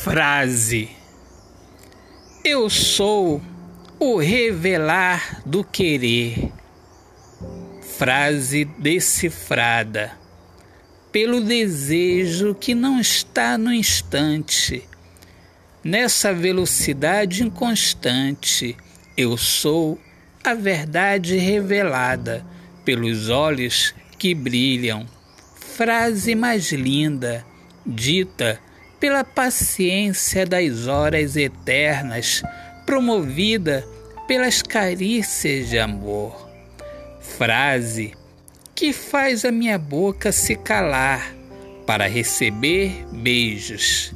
Frase: eu sou o revelar do querer. Frase decifrada pelo desejo que não está no instante. Nessa velocidade inconstante, eu sou a verdade revelada pelos olhos que brilham. Frase mais linda, dita pela paciência das horas eternas, promovida pelas carícias de amor. Frase que faz a minha boca se calar para receber beijos.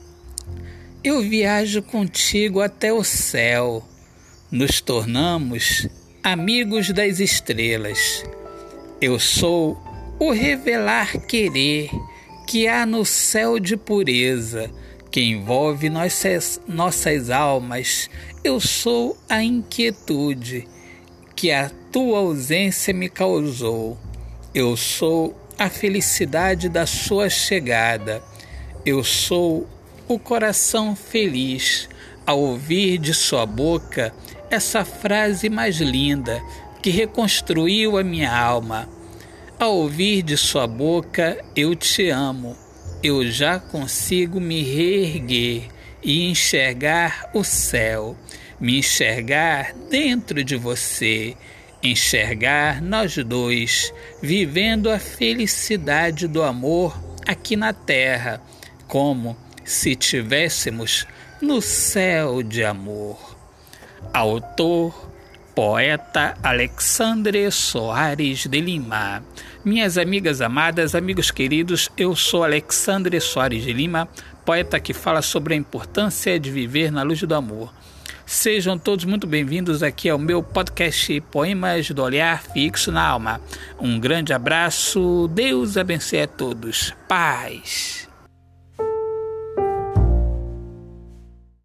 Eu viajo contigo até o céu, nos tornamos amigos das estrelas. Eu sou o revelar querer que há no céu de pureza, que envolve nossas almas. Eu sou a inquietude que a tua ausência me causou. Eu sou a felicidade da sua chegada. Eu sou o coração feliz ao ouvir de sua boca essa frase mais linda que reconstruiu a minha alma. Ao ouvir de sua boca, eu te amo. Eu já consigo me reerguer e enxergar o céu, me enxergar dentro de você, enxergar nós dois, vivendo a felicidade do amor aqui na terra, como se tivéssemos no céu de amor. Autor, poeta Alexandre Soares de Lima. Minhas amigas amadas, amigos queridos, eu sou Alexandre Soares de Lima, poeta que fala sobre a importância de viver na luz do amor. Sejam todos muito bem-vindos aqui ao meu podcast Poemas do Olhar Fixo na Alma. Um grande abraço, Deus abençoe a todos. Paz.